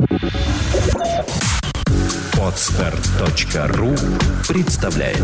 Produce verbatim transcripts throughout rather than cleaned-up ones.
Подстер точка ру представляет.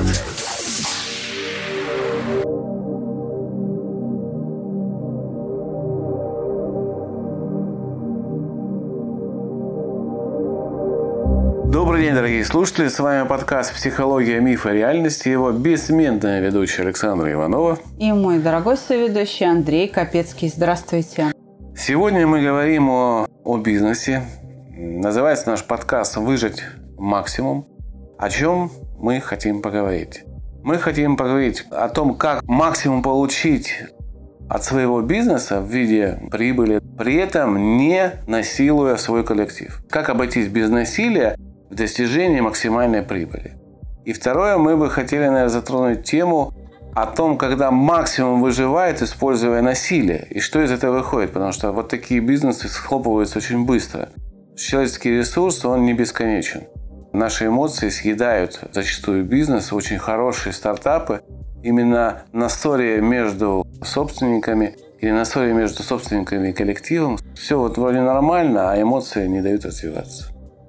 Добрый день, дорогие слушатели. С вами подкаст «Психология, миф и реальность». Его бессменная ведущая Александра Иванова. И мой дорогой соведущий Андрей Капецкий. Здравствуйте. Сегодня мы говорим о, о бизнесе. Называется наш подкаст «Выжать максимум». О чем мы хотим поговорить? Мы хотим поговорить о том, как максимум получить от своего бизнеса в виде прибыли, при этом не насилуя свой коллектив. Как обойтись без насилия в достижении максимальной прибыли. И второе, мы бы хотели, наверное, затронуть тему о том, когда максимум выживает, используя насилие, и что из этого выходит, потому что вот такие бизнесы схлопываются очень быстро. Человеческий ресурс, он не бесконечен. Наши эмоции съедают зачастую бизнес, очень хорошие стартапы, именно на ссоре между собственниками или на ссоре между собственниками и коллективом. Все вот вроде нормально, а эмоции не дают развиваться.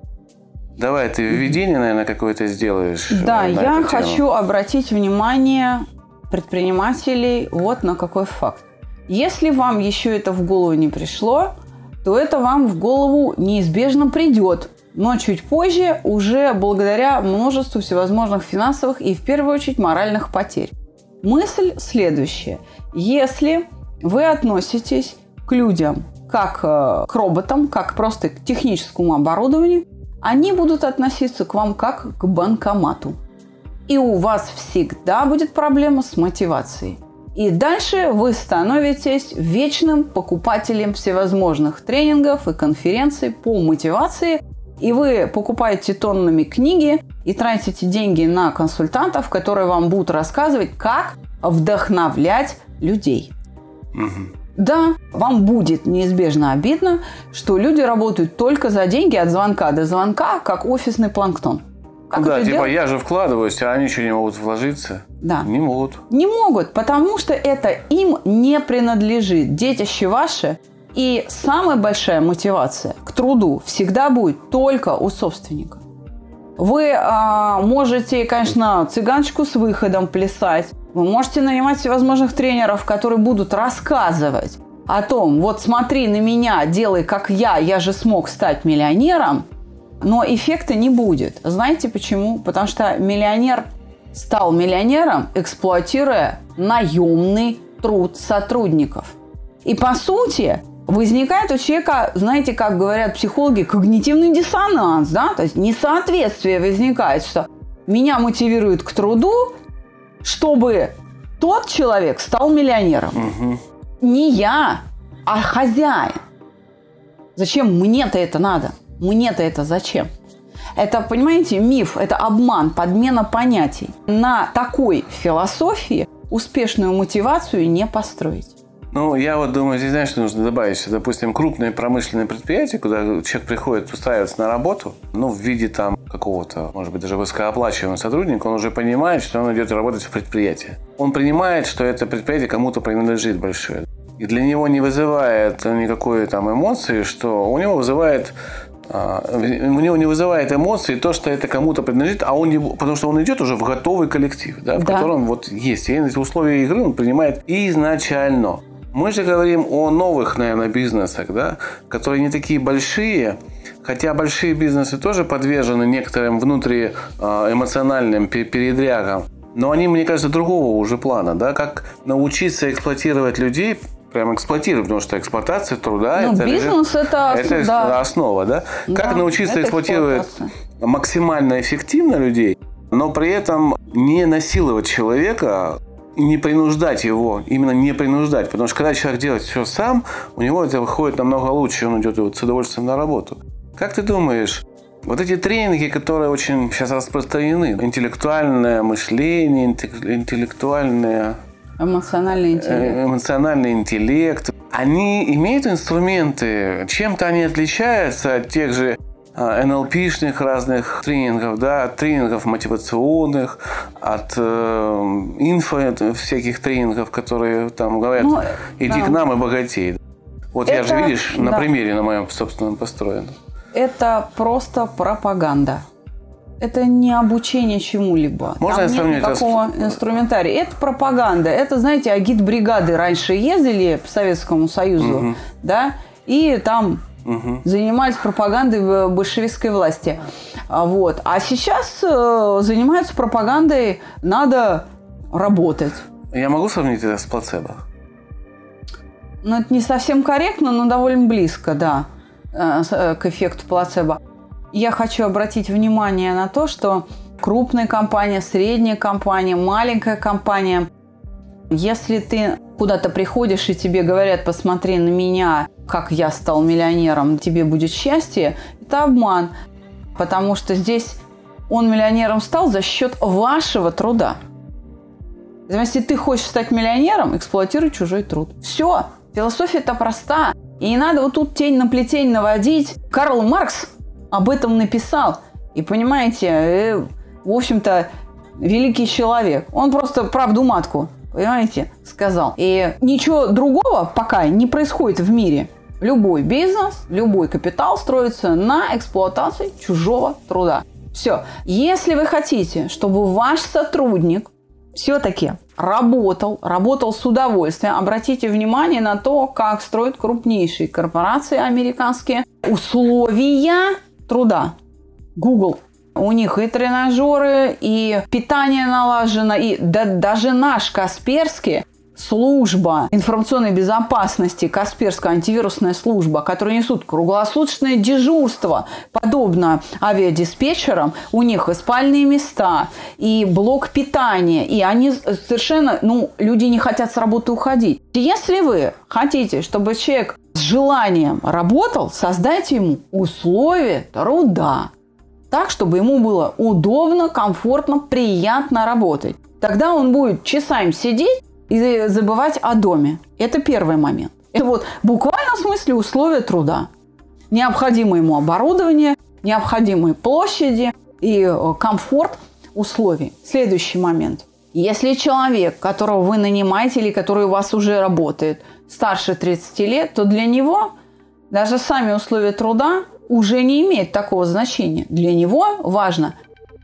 Давай, ты введение, наверное, какое-то сделаешь. Да, я хочу обратить внимание предпринимателей вот на какой факт. Если вам еще это в голову не пришло, то это вам в голову неизбежно придет. Но чуть позже, уже благодаря множеству всевозможных финансовых и, в первую очередь, моральных потерь. Мысль следующая. Если вы относитесь к людям как к роботам, как просто к техническому оборудованию, они будут относиться к вам как к банкомату. И у вас всегда будет проблема с мотивацией. И дальше вы становитесь вечным покупателем всевозможных тренингов и конференций по мотивации. И вы покупаете тоннами книги и тратите деньги на консультантов, которые вам будут рассказывать, как вдохновлять людей. Угу. Да, вам будет неизбежно обидно, что люди работают только за деньги от звонка до звонка, как офисный планктон. Как да, типа делать? Я же вкладываюсь, а они еще не могут вложиться. Да. Не могут. Не могут, потому что это им не принадлежит. Детище ваше. И самая большая мотивация к труду всегда будет только у собственника. Вы а, можете, конечно, цыганочку с выходом плясать. Вы можете нанимать всевозможных тренеров, которые будут рассказывать о том, вот смотри на меня, делай как я, я же смог стать миллионером, но эффекта не будет. Знаете почему? Потому что миллионер стал миллионером, эксплуатируя наемный труд сотрудников. И по сути возникает у человека, знаете, как говорят психологи, когнитивный диссонанс, да? То есть несоответствие возникает, что меня мотивирует к труду, чтобы тот человек стал миллионером. Угу. Не я, а хозяин. Зачем мне-то это надо? Мне-то это зачем? Это, понимаете, миф, это обман, подмена понятий. На такой философии успешную мотивацию не построить. Ну, я вот думаю, здесь, знаешь, что нужно добавить, что, допустим, крупные промышленные предприятия, куда человек приходит устраиваться на работу, ну, в виде там какого-то, может быть, даже высокооплачиваемого сотрудника, он уже понимает, что он идет работать в предприятие. Он понимает, что это предприятие кому-то принадлежит большое. И для него не вызывает никакой там эмоции, что у него вызывает... У него не вызывает эмоции то, что это кому-то принадлежит, а он не, потому что он идет уже в готовый коллектив, да, в да. котором вот есть. И эти условия игры он принимает изначально. Мы же говорим о новых, наверное, бизнесах, да, которые не такие большие, хотя большие бизнесы тоже подвержены некоторым внутриэмоциональным передрягам, но они, мне кажется, другого уже плана, да, как научиться эксплуатировать людей. Прям эксплуатировать, потому что эксплуатация труда ну, это, бизнес это, это да. основа, да? да как научиться эксплуатировать максимально эффективно людей, но при этом не насиловать человека, не принуждать его, именно не принуждать, потому что когда человек делает все сам, у него это выходит намного лучше, он идет с удовольствием на работу. Как ты думаешь, вот эти тренинги, которые очень сейчас распространены, интеллектуальное мышление, интеллектуальное... Эмоциональный интеллект. Эмоциональный интеллект. Они имеют инструменты, чем-то они отличаются от тех же эн эл пи-шных разных тренингов, да, от тренингов мотивационных, от э, инфо всяких тренингов, которые там говорят, ну, иди да. к нам и богатей. Вот это, я же, видишь, на да. примере на моем собственном построен. это просто пропаганда. Это не обучение чему-либо. Можно Там нет никакого это... инструментария. Это пропаганда. Это, знаете, агитбригады раньше ездили по Советскому Союзу, угу. да, и там угу. занимались пропагандой большевистской власти. Вот. А сейчас э, занимаются пропагандой «надо работать». Я могу сравнить это с плацебо? Ну, это не совсем корректно, но довольно близко, да, к эффекту плацебо. Я хочу обратить внимание на то, что крупная компания, средняя компания, маленькая компания, если ты куда-то приходишь и тебе говорят: посмотри на меня, как я стал миллионером, тебе будет счастье, это обман. Потому что здесь он миллионером стал за счет вашего труда. Если ты хочешь стать миллионером, эксплуатируй чужой труд. Все. Философия-то проста. И не надо вот тут тень на плетень наводить. Карл Маркс об этом написал. И понимаете, в общем-то, великий человек. Он просто правду матку, понимаете, сказал. И ничего другого пока не происходит в мире. Любой бизнес, любой капитал строится на эксплуатации чужого труда. Все. Если вы хотите, чтобы ваш сотрудник все-таки работал, работал с удовольствием, обратите внимание на то, как строят крупнейшие корпорации американские условия труда. Google. У них и тренажеры, и питание налажено, и да, даже наш Касперский, служба информационной безопасности, Касперская антивирусная служба, которые несут круглосуточное дежурство, подобно авиадиспетчерам, у них и спальные места, и блок питания, и они совершенно, ну, люди не хотят с работы уходить. Если вы хотите, чтобы человек с желанием работал, создайте ему условия труда, так, чтобы ему было удобно, комфортно, приятно работать. Тогда он будет часами сидеть и забывать о доме. Это первый момент. Это вот в буквальном смысле условия труда. Необходимое ему оборудование, необходимые площади и комфорт условий. Следующий момент. Если человек, которого вы нанимаете или который у вас уже работает, старше тридцати лет, то для него даже сами условия труда уже не имеют такого значения. Для него важно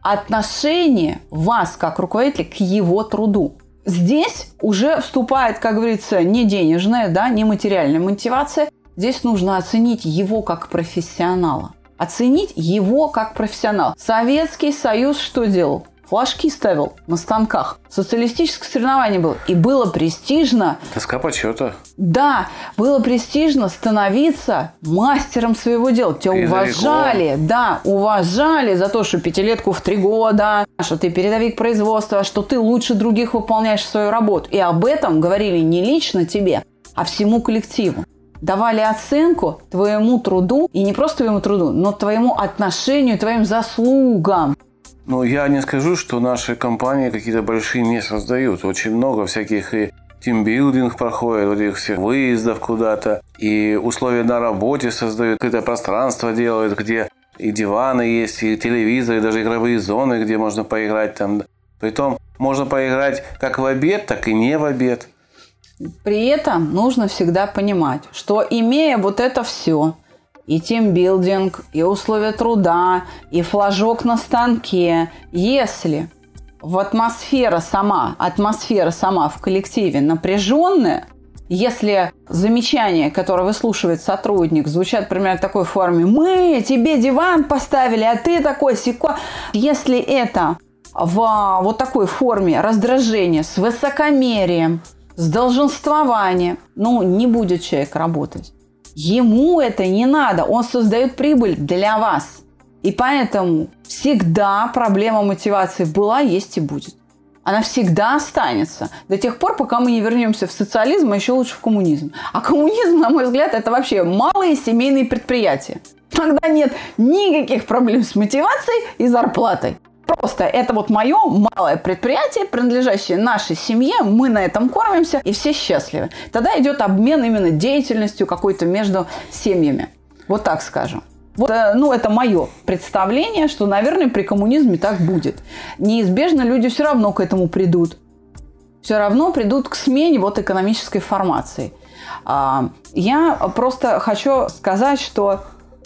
отношение вас, как руководителя, к его труду. Здесь уже вступает, как говорится, не денежная, да, не материальная мотивация. Здесь нужно оценить его как профессионала. Оценить его как профессионала. Советский Союз что делал? Флажки ставил на станках. Социалистическое соревнование было. И было престижно. Доска почета. Да, было престижно становиться мастером своего дела. Тебя уважали. Да, уважали за то, что пятилетку в три года, что ты передовик производства, что ты лучше других выполняешь свою работу. И об этом говорили не лично тебе, а всему коллективу. Давали оценку твоему труду. И не просто твоему труду, но твоему отношению, твоим заслугам. Ну, я не скажу, что наши компании какие-то большие не создают. Очень много всяких и тимбилдинг проходит, вот этих всех выездов куда-то. И условия на работе создают, какое-то пространство делают, где и диваны есть, и телевизор, и даже игровые зоны, где можно поиграть там. Притом можно поиграть как в обед, так и не в обед. При этом нужно всегда понимать, что имея вот это все, и тимбилдинг, и условия труда, и флажок на станке. Если в атмосфера сама, атмосфера сама в коллективе напряженная, если замечания, которые выслушивает сотрудник, звучат примерно в такой форме: «Мы тебе диван поставили, а ты такой сяко». Если это в вот такой форме раздражения, с высокомерием, с долженствованием, ну, не будет человек работать. Ему это не надо, он создает прибыль для вас. И поэтому всегда проблема мотивации была, есть и будет. Она всегда останется до тех пор, пока мы не вернемся в социализм, а еще лучше в коммунизм. А коммунизм, на мой взгляд, это вообще малые семейные предприятия. Когда нет никаких проблем с мотивацией и зарплатой. Просто это вот мое малое предприятие, принадлежащее нашей семье, мы на этом кормимся, и все счастливы. Тогда идет обмен именно деятельностью какой-то между семьями. Вот так скажем. Вот, ну, это мое представление, что, наверное, при коммунизме так будет. Неизбежно люди все равно к этому придут. Все равно придут к смене вот экономической формации. Я просто хочу сказать, что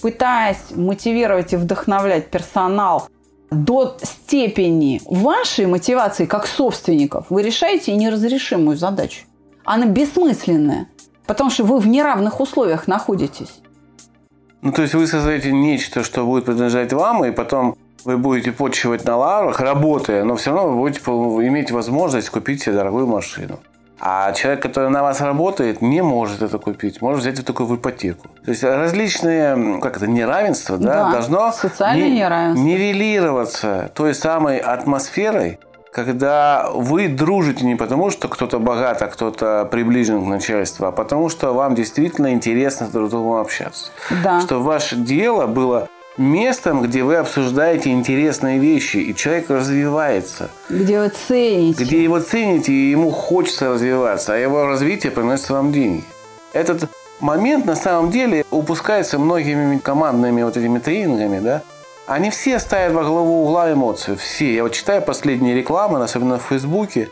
пытаясь мотивировать и вдохновлять персонал до степени вашей мотивации как собственников, вы решаете неразрешимую задачу. Она бессмысленная, потому что вы в неравных условиях находитесь. Ну, то есть вы создаете нечто, что будет принадлежать вам, и потом вы будете почивать на лаврах, работая, но все равно вы будете иметь возможность купить себе дорогую машину. А человек, который на вас работает, не может это купить, может взять вот такую в ипотеку. То есть различные, как это, неравенство, да, да, должно социальное не, неравенство. нивелироваться той самой атмосферой, когда вы дружите не потому, что кто-то богат, а кто-то приближен к начальству, а потому, что вам действительно интересно друг с другом общаться. Да. Что ваше дело было местом, где вы обсуждаете интересные вещи, и человек развивается. Где вы цените. Где его цените, и ему хочется развиваться, а его развитие приносит вам деньги. Этот момент на самом деле упускается многими командными вот этими тренингами, да? Они все ставят во главу угла эмоцию. Все. Я вот читаю последние рекламы, особенно в Фейсбуке.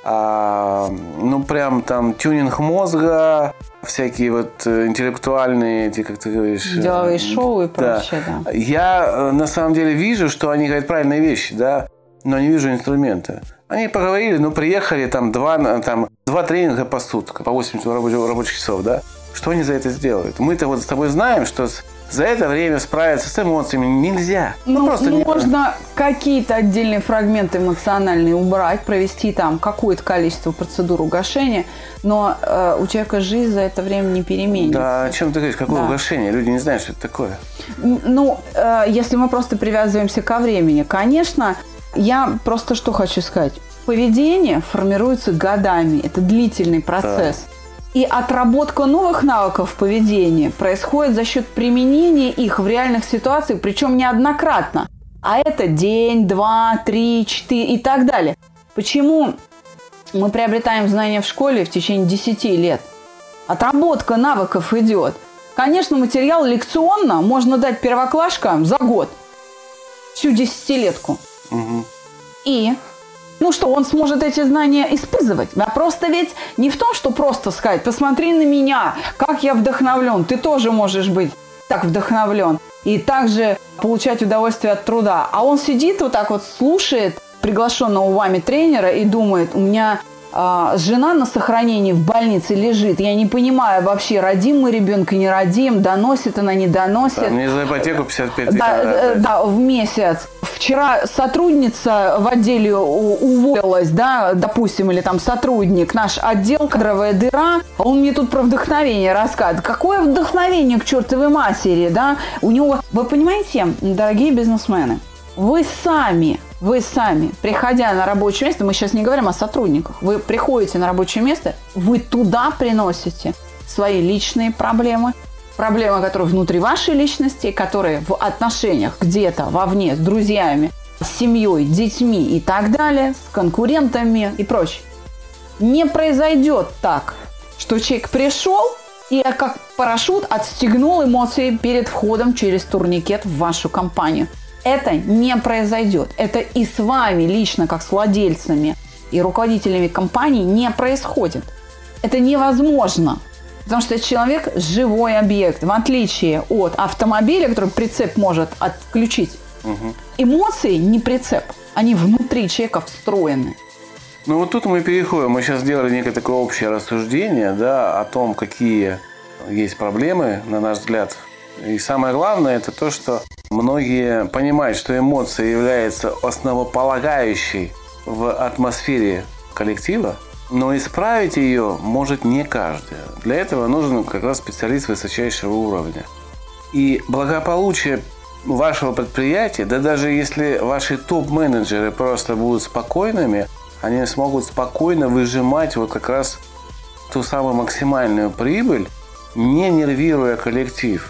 А, ну, прям там тюнинг мозга, всякие вот интеллектуальные эти, как ты говоришь... Деловые шоу и да. прочее, да. Я на самом деле вижу, что они говорят правильные вещи, да, но не вижу инструмента. Они поговорили, ну, приехали, там, два, там, два тренинга по суткам, по восемьдесят рабочих, рабочих часов, да. Что они за это сделают? Мы-то вот с тобой знаем, что за это время справиться с эмоциями нельзя. Ну, ну просто можно не... какие-то отдельные фрагменты эмоциональные убрать, провести там какое-то количество процедур угошения, но э, у человека жизнь за это время не переменится. Да, о чем ты говоришь? Какое да. угошение? Люди не знают, что это такое. Ну, э, если мы просто привязываемся ко времени, конечно, я просто что хочу сказать. Поведение формируется годами. Это длительный процесс. Да. И отработка новых навыков поведения происходит за счет применения их в реальных ситуациях, причем неоднократно. А это день, два, три, четыре и так далее. Почему мы приобретаем знания в школе в течение десяти лет? Отработка навыков идет. Конечно, материал лекционно можно дать первоклашкам за год. Всю десятилетку. Угу. И... Ну что, он сможет эти знания использовать. А просто ведь не в том, что просто сказать, посмотри на меня, как я вдохновлен. Ты тоже можешь быть так вдохновлен. И также получать удовольствие от труда. А он сидит вот так вот, слушает приглашенного вами тренера и думает, у меня а, жена на сохранении в больнице лежит. Я не понимаю вообще, родим мы ребенка, не родим, доносит она, не доносит. Да, мне за ипотеку пятьдесят пять тысяч. Да, да, в месяц. Вчера сотрудница в отделе уволилась, да, допустим, или там сотрудник, наш отдел, кадровая дыра, а он мне тут про вдохновение рассказывает. Какое вдохновение к чертовой матери, да? У него, вы понимаете, дорогие бизнесмены, вы сами, вы сами, приходя на рабочее место, мы сейчас не говорим о сотрудниках, вы приходите на рабочее место, вы туда приносите свои личные проблемы, проблемы, которые внутри вашей личности, которые в отношениях где-то вовне с друзьями, с семьей, детьми и так далее, с конкурентами и прочее. Не произойдет так, что человек пришел и как парашют отстегнул эмоции перед входом через турникет в вашу компанию. Это не произойдет. Это и с вами лично, как с владельцами и руководителями компаний, не происходит. Это невозможно. Потому что этот человек – живой объект. В отличие от автомобиля, который прицеп может отключить, угу. Эмоции не прицеп. Они внутри человека встроены. Ну вот тут мы переходим. Мы сейчас сделали некое такое общее рассуждение, да, о том, какие есть проблемы, на наш взгляд. И самое главное – это то, что многие понимают, что эмоция является основополагающей в атмосфере коллектива. Но исправить ее может не каждый. Для этого нужен как раз специалист высочайшего уровня. И благополучие вашего предприятия, да даже если ваши топ-менеджеры просто будут спокойными, они смогут спокойно выжимать вот как раз ту самую максимальную прибыль, не нервируя коллектив.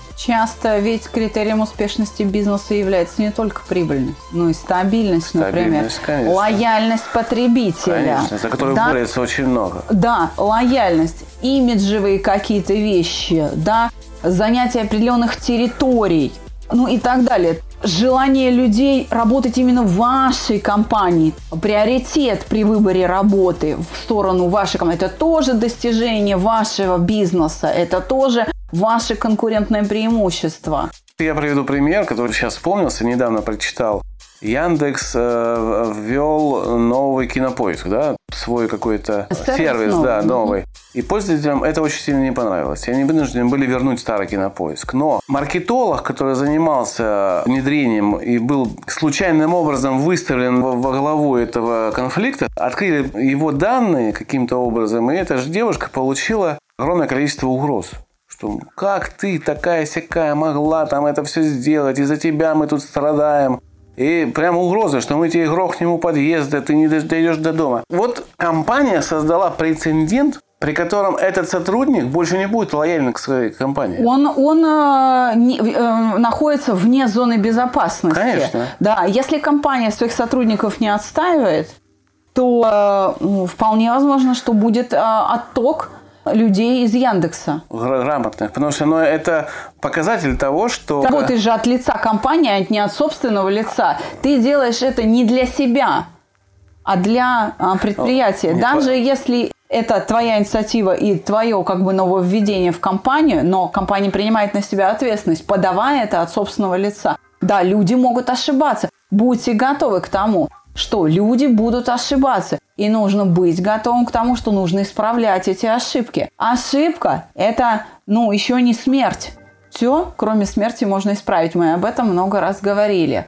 Часто ведь критерием успешности бизнеса является не только прибыльность, но и стабильность, стабильность, например. Конечно. Лояльность потребителя. Конечно, за которую да, борется очень много. Да, лояльность, имиджевые какие-то вещи, да, занятие определенных территорий, ну и так далее. Желание людей работать именно в вашей компании, приоритет при выборе работы в сторону вашей компании, это тоже достижение вашего бизнеса, это тоже ваше конкурентное преимущество. Я приведу пример, который сейчас вспомнился, недавно прочитал. Яндекс э, ввел новый Кинопоиск, да, свой какой-то сервис, сервис да, новый. И пользователям это очень сильно не понравилось. И они вынуждены были вернуть старый Кинопоиск. Но маркетолог, который занимался внедрением и был случайным образом выставлен во главу этого конфликта, открыли его данные каким-то образом, и эта же девушка получила огромное количество угроз. Что как ты такая-сякая могла там это все сделать, из-за тебя мы тут страдаем. И прям угроза, что мы тебе грохнем у подъезда, ты не дойдешь до дома. Вот компания создала прецедент, при котором этот сотрудник больше не будет лояльным к своей компании. Он, он э, не, э, находится вне зоны безопасности. Конечно. Да, если компания своих сотрудников не отстаивает, то э, вполне возможно, что будет э, отток людей из Яндекса. Грамотных. Потому что ну, это показатель того, что... Ты работаешь же от лица компании, а не от собственного лица. Ты делаешь это не для себя, а для а, предприятия. О, Даже не... если это твоя инициатива и твое как бы нововведение в компанию, но компания принимает на себя ответственность, подавая это от собственного лица. Да, люди могут ошибаться. Будьте готовы к тому, что люди будут ошибаться. И нужно быть готовым к тому, что нужно исправлять эти ошибки. Ошибка – это, ну, еще не смерть. Все, кроме смерти, можно исправить. Мы об этом много раз говорили.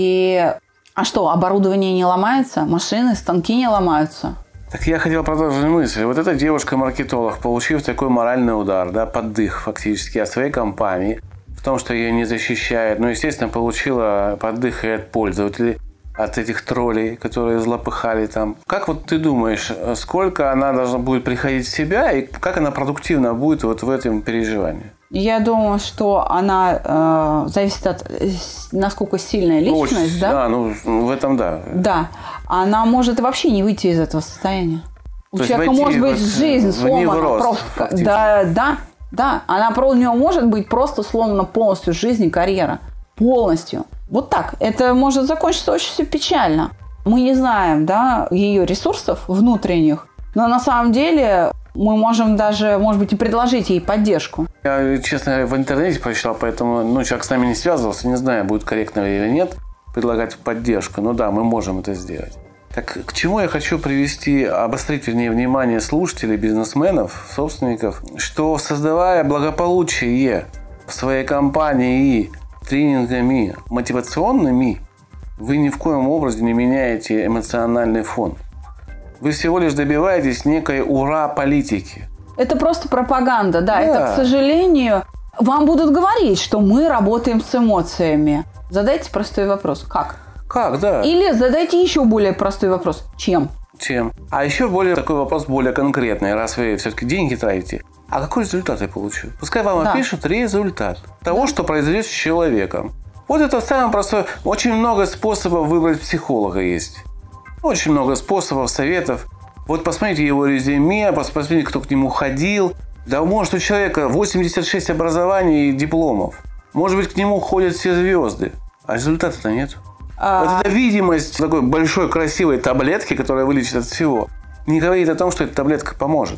И, а что, оборудование не ломается? Машины, станки не ломаются? Так я хотел продолжить мысль. Вот эта девушка-маркетолог, получив такой моральный удар, да, поддых фактически от своей компании, в том, что ее не защищает, ну, естественно, получила поддых и от пользователей, от этих троллей, которые злопыхали там. Как вот ты думаешь, сколько она должна будет приходить в себя и как она продуктивно будет вот в этом переживании? Я думаю, что она э, зависит от насколько сильная личность, ну, да? Да, ну в этом да. Да, она может вообще не выйти из этого состояния. У То человека может быть в, жизнь сломана просто. Да, да, да. Она у нее может быть просто сломана полностью жизнь и карьера. Полностью. Вот так. Это может закончиться очень печально. Мы не знаем, да, ее ресурсов внутренних, но на самом деле мы можем даже, может быть, и предложить ей поддержку. Я, честно, в интернете прочитал, поэтому ну, человек с нами не связывался, не знаю, будет корректно или нет предлагать поддержку. Но да, мы можем это сделать. Так к чему я хочу привести, обострить, вернее, внимание слушателей, бизнесменов, собственников, что создавая благополучие в своей компании и тренингами мотивационными, вы ни в коем образе не меняете эмоциональный фон. Вы всего лишь добиваетесь некой ура-политики. Это просто пропаганда, да. да. Это, к сожалению, вам будут говорить, что мы работаем с эмоциями. Задайте простой вопрос. Как? Как, да. Или задайте еще более простой вопрос. Чем? Чем? А еще более такой вопрос более конкретный. Раз вы все-таки деньги тратите, а какой результат я получу? Пускай вам да. опишут результат того, да. что произойдет с человеком. Вот это самое простое. Очень много способов выбрать психолога есть. Очень много способов, советов. Вот посмотрите его резюме, посмотрите, кто к нему ходил. Да может у человека восемьдесят шесть образований и дипломов. Может быть, к нему ходят все звезды. А результата-то нет. А... Вот эта видимость такой большой красивой таблетки, которая вылечит от всего, не говорит о том, что эта таблетка поможет.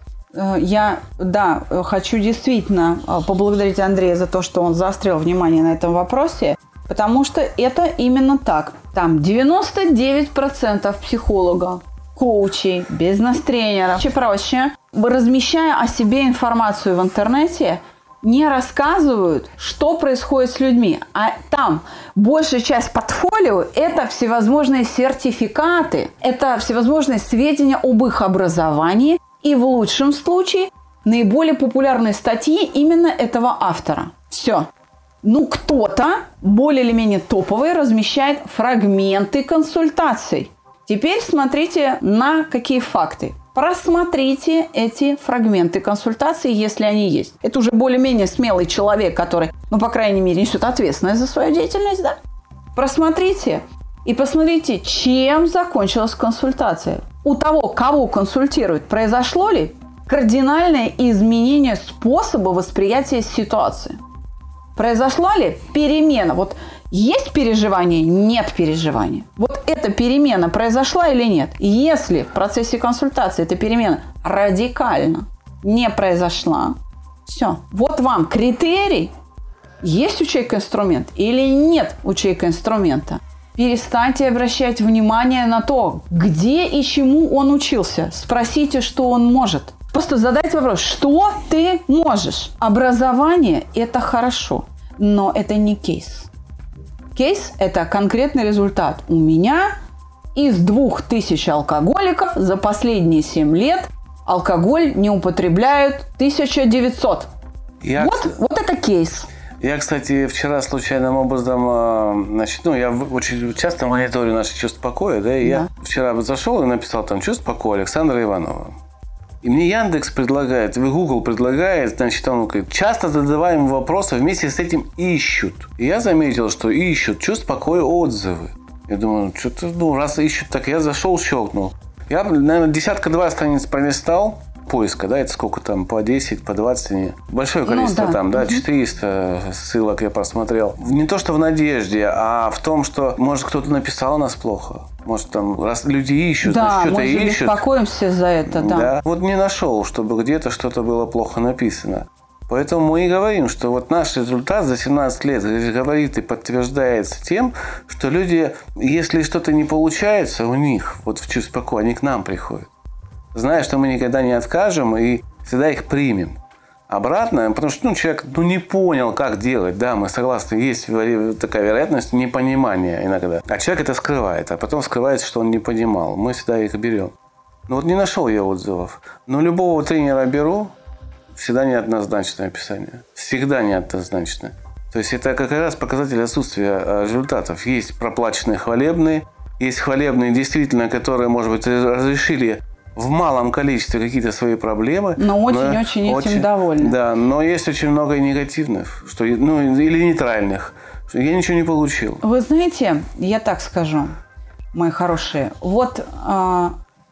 Я, да, хочу действительно поблагодарить Андрея за то, что он заострил внимание на этом вопросе, потому что это именно так. Там девяносто девять процентов психологов, коучей, бизнес-тренеров и прочее, размещая о себе информацию в интернете, не рассказывают, что происходит с людьми. А там большая часть портфолио – это всевозможные сертификаты, это всевозможные сведения об их образовании, и в лучшем случае наиболее популярные статьи именно этого автора. Все. Ну, кто-то более или менее топовый размещает фрагменты консультаций. Теперь смотрите на какие факты. Просмотрите эти фрагменты консультаций, если они есть. Это уже более-менее смелый человек, который, ну, по крайней мере, несет ответственность за свою деятельность, да? Просмотрите и посмотрите, чем закончилась консультация. У того, кого консультируют, произошло ли кардинальное изменение способа восприятия ситуации? Произошла ли перемена? Вот есть переживание, нет переживания. Вот эта перемена произошла или нет? Если в процессе консультации эта перемена радикально не произошла, Все. Вот вам критерий, есть у человека инструмент или нет у человека инструмента. Перестаньте обращать внимание на то, где и чему он учился. Спросите, что он может. Просто задайте вопрос, что ты можешь. Образование – это хорошо, но это не кейс. Кейс – это конкретный результат. У меня из двух тысяч алкоголиков за последние семь лет алкоголь не употребляют тысяча девятьсот. Я... Вот, вот это кейс. Я, кстати, вчера случайным образом, значит, ну, я очень часто мониторю наши чувства покоя, да, и да. я вчера зашел и написал там «Чувство покоя» Александра Иванова. И мне Яндекс предлагает, Google предлагает, значит, он говорит, часто задаваемые вопросы вместе с этим ищут. И я заметил, что ищут чувство покоя отзывы. Я думаю, что-то, ну, раз ищут, так я зашел, щелкнул. Я, наверное, десятка-два страниц пролистал. Поиска, да, это сколько там, по десять, по двадцать, большое количество, ну, да. там, да, четыреста ссылок я просмотрел. Не то, что в надежде, а в том, что, может, кто-то написал нас плохо. Может, там, раз люди ищут, да, значит, что-то ищут. Да, мы беспокоимся за это, да. да. Вот не нашел, чтобы где-то что-то было плохо написано. Поэтому мы и говорим, что вот наш результат за семнадцать лет говорит и подтверждается тем, что люди, если что-то не получается у них, вот в чувстве покоя, они к нам приходят. Зная, что мы никогда не откажем и всегда их примем. Обратно, потому что ну, человек ну, не понял, как делать. Да, мы согласны, есть такая вероятность непонимания иногда. А человек это скрывает, а потом скрывается, что он не понимал. Мы всегда их берем. Ну вот не нашел я отзывов. Но любого тренера беру, всегда неоднозначное описание. Всегда неоднозначное. То есть это как раз показатель отсутствия результатов. Есть проплаченные хвалебные, есть хвалебные действительно, которые, может быть, разрешили в малом количестве какие-то свои проблемы. Но очень-очень этим очень, довольны. Да, но есть очень много негативных, что, ну, или нейтральных. Что я ничего не получил. Вы знаете, я так скажу, мои хорошие. Вот э,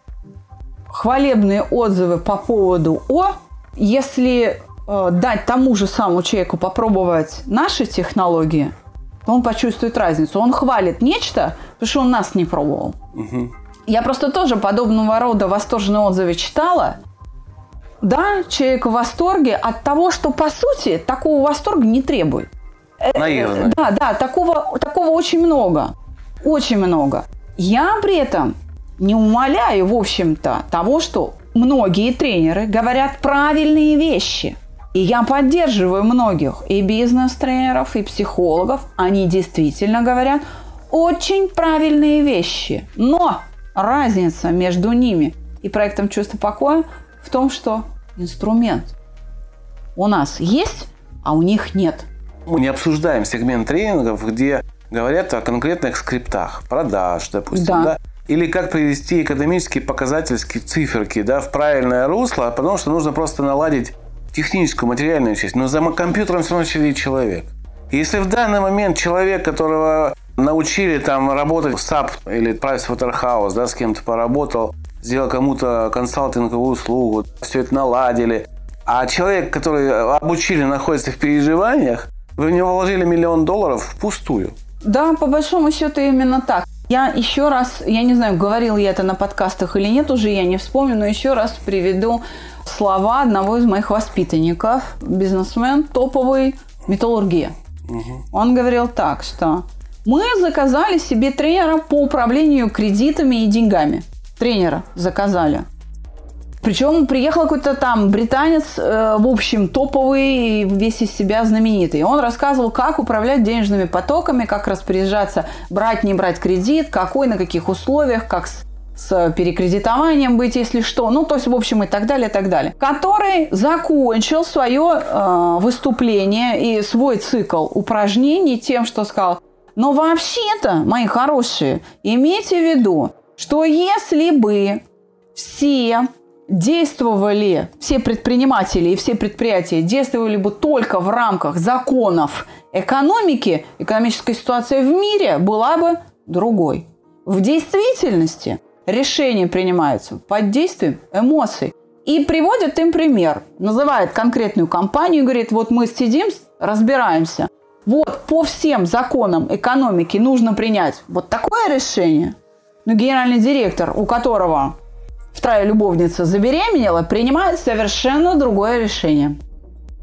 хвалебные отзывы по поводу О, если э, дать тому же самому человеку попробовать наши технологии, то он почувствует разницу. Он хвалит нечто, потому что он нас не пробовал. Угу. Я просто тоже подобного рода восторженные отзывы читала. Да, человек в восторге от того, что, по сути, такого восторга не требует. Наивно. Да, да, такого, такого очень много. Очень много. Я при этом не умаляю, в общем-то, того, что многие тренеры говорят правильные вещи. И я поддерживаю многих и бизнес-тренеров, и психологов. Они действительно говорят очень правильные вещи. Но разница между ними и проектом «Чувство покоя» в том, что инструмент у нас есть, а у них нет. Мы не обсуждаем сегмент тренингов, где говорят о конкретных скриптах продаж, допустим, да. Да? Или как привести экономические показательские циферки, да, в правильное русло, потому что нужно просто наладить техническую, материальную часть. Но за компьютером все равно сидит человек. И если в данный момент человек, которого научили там работать в сап или Pricewaterhouse, да, с кем-то поработал, сделал кому-то консалтинговую услугу, все это наладили, а человек, который обучили, находится в переживаниях, вы в него вложили миллион долларов впустую. Да, по большому счету именно так. Я еще раз, я не знаю, говорил я это на подкастах или нет, уже я не вспомню, но еще раз приведу слова одного из моих воспитанников, бизнесмен, топовый, металлургия. Угу. Он говорил так, что мы заказали себе тренера по управлению кредитами и деньгами. Тренера заказали. Причем приехал какой-то там британец, э, в общем, топовый и весь из себя знаменитый. Он рассказывал, как управлять денежными потоками, как распоряжаться, брать, не брать кредит, какой, на каких условиях, как с, с перекредитованием быть, если что. Ну, то есть, в общем, и так далее, и так далее. Который закончил свое э, выступление и свой цикл упражнений тем, что сказал: но вообще-то, мои хорошие, имейте в виду, что если бы все действовали, все предприниматели и все предприятия действовали бы только в рамках законов экономики, экономическая ситуация в мире была бы другой. В действительности решения принимаются под действием эмоций. И приводит им пример. Называет конкретную компанию и говорит: вот мы сидим, разбираемся. Вот по всем законам экономики нужно принять вот такое решение. Но генеральный директор, у которого вторая любовница забеременела, принимает совершенно другое решение.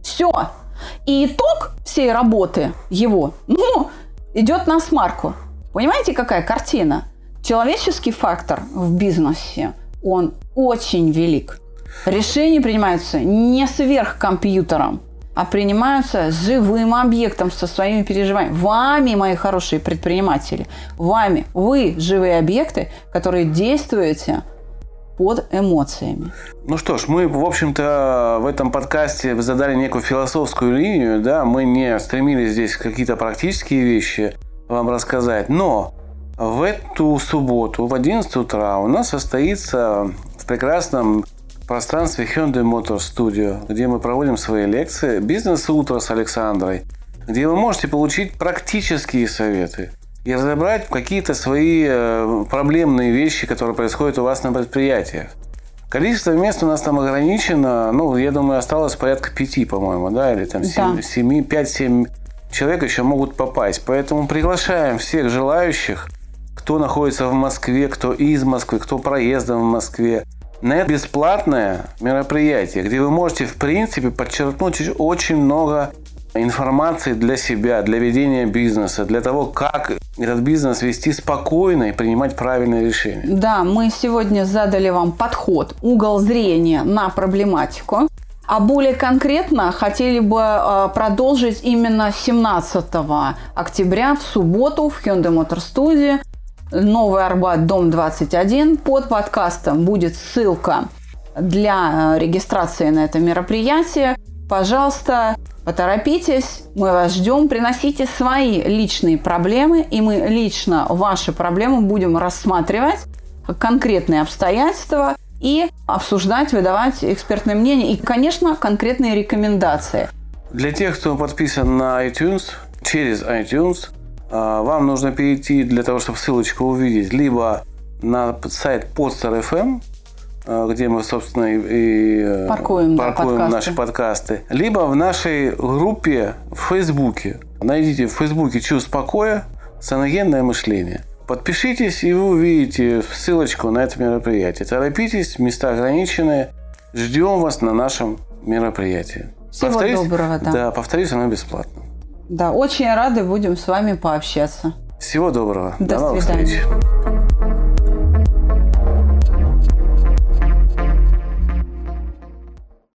Все. И итог всей работы его, ну, идет на смарку. Понимаете, какая картина? Человеческий фактор в бизнесе, он очень велик. Решения принимаются не сверхкомпьютером, а принимаются живым объектом со своими переживаниями. Вами, мои хорошие предприниматели, вами. Вы живые объекты, которые действуете под эмоциями. Ну что ж, мы, в общем-то, в этом подкасте задали некую философскую линию, да, мы не стремились здесь какие-то практические вещи вам рассказать, но в эту субботу в одиннадцать утра у нас состоится в прекрасном пространстве Hyundai Motor Studio, где мы проводим свои лекции «Бизнес-утро» с Александрой, где вы можете получить практические советы и разобрать какие-то свои проблемные вещи, которые происходят у вас на предприятиях. Количество мест у нас там ограничено, ну, я думаю, осталось порядка пяти, по-моему, да, или там семь, пять-семь человек еще могут попасть. Поэтому приглашаем всех желающих, кто находится в Москве, кто из Москвы, кто проездом в Москве, на это бесплатное мероприятие, где вы можете, в принципе, подчеркнуть очень много информации для себя, для ведения бизнеса, для того, как этот бизнес вести спокойно и принимать правильные решения. Да, мы сегодня задали вам подход, угол зрения на проблематику. А более конкретно хотели бы продолжить именно семнадцатого октября в субботу в Hyundai Motor Studio, Новый Арбат, дом двадцать один. Под подкастом будет ссылка для регистрации на это мероприятие. Пожалуйста, поторопитесь, мы вас ждем, приносите свои личные проблемы, и мы лично ваши проблемы будем рассматривать, конкретные обстоятельства, и обсуждать, выдавать экспертное мнение и, конечно, конкретные рекомендации. Для тех, кто подписан на iTunes, через iTunes, вам нужно перейти для того, чтобы ссылочку увидеть, либо на сайт Podster точка эф эм, где мы, собственно, и паркуем, паркуем да, наши подкасты, либо в нашей группе в Фейсбуке. Найдите в Фейсбуке «Чувство покоя. Саногенное мышление». Подпишитесь, и вы увидите ссылочку на это мероприятие. Торопитесь, места ограничены. Ждем вас на нашем мероприятии. Всего повторюсь, доброго, да. Да, повторюсь, оно бесплатно. Да, очень рады будем с вами пообщаться. Всего доброго. До, До новых свидания. встреч.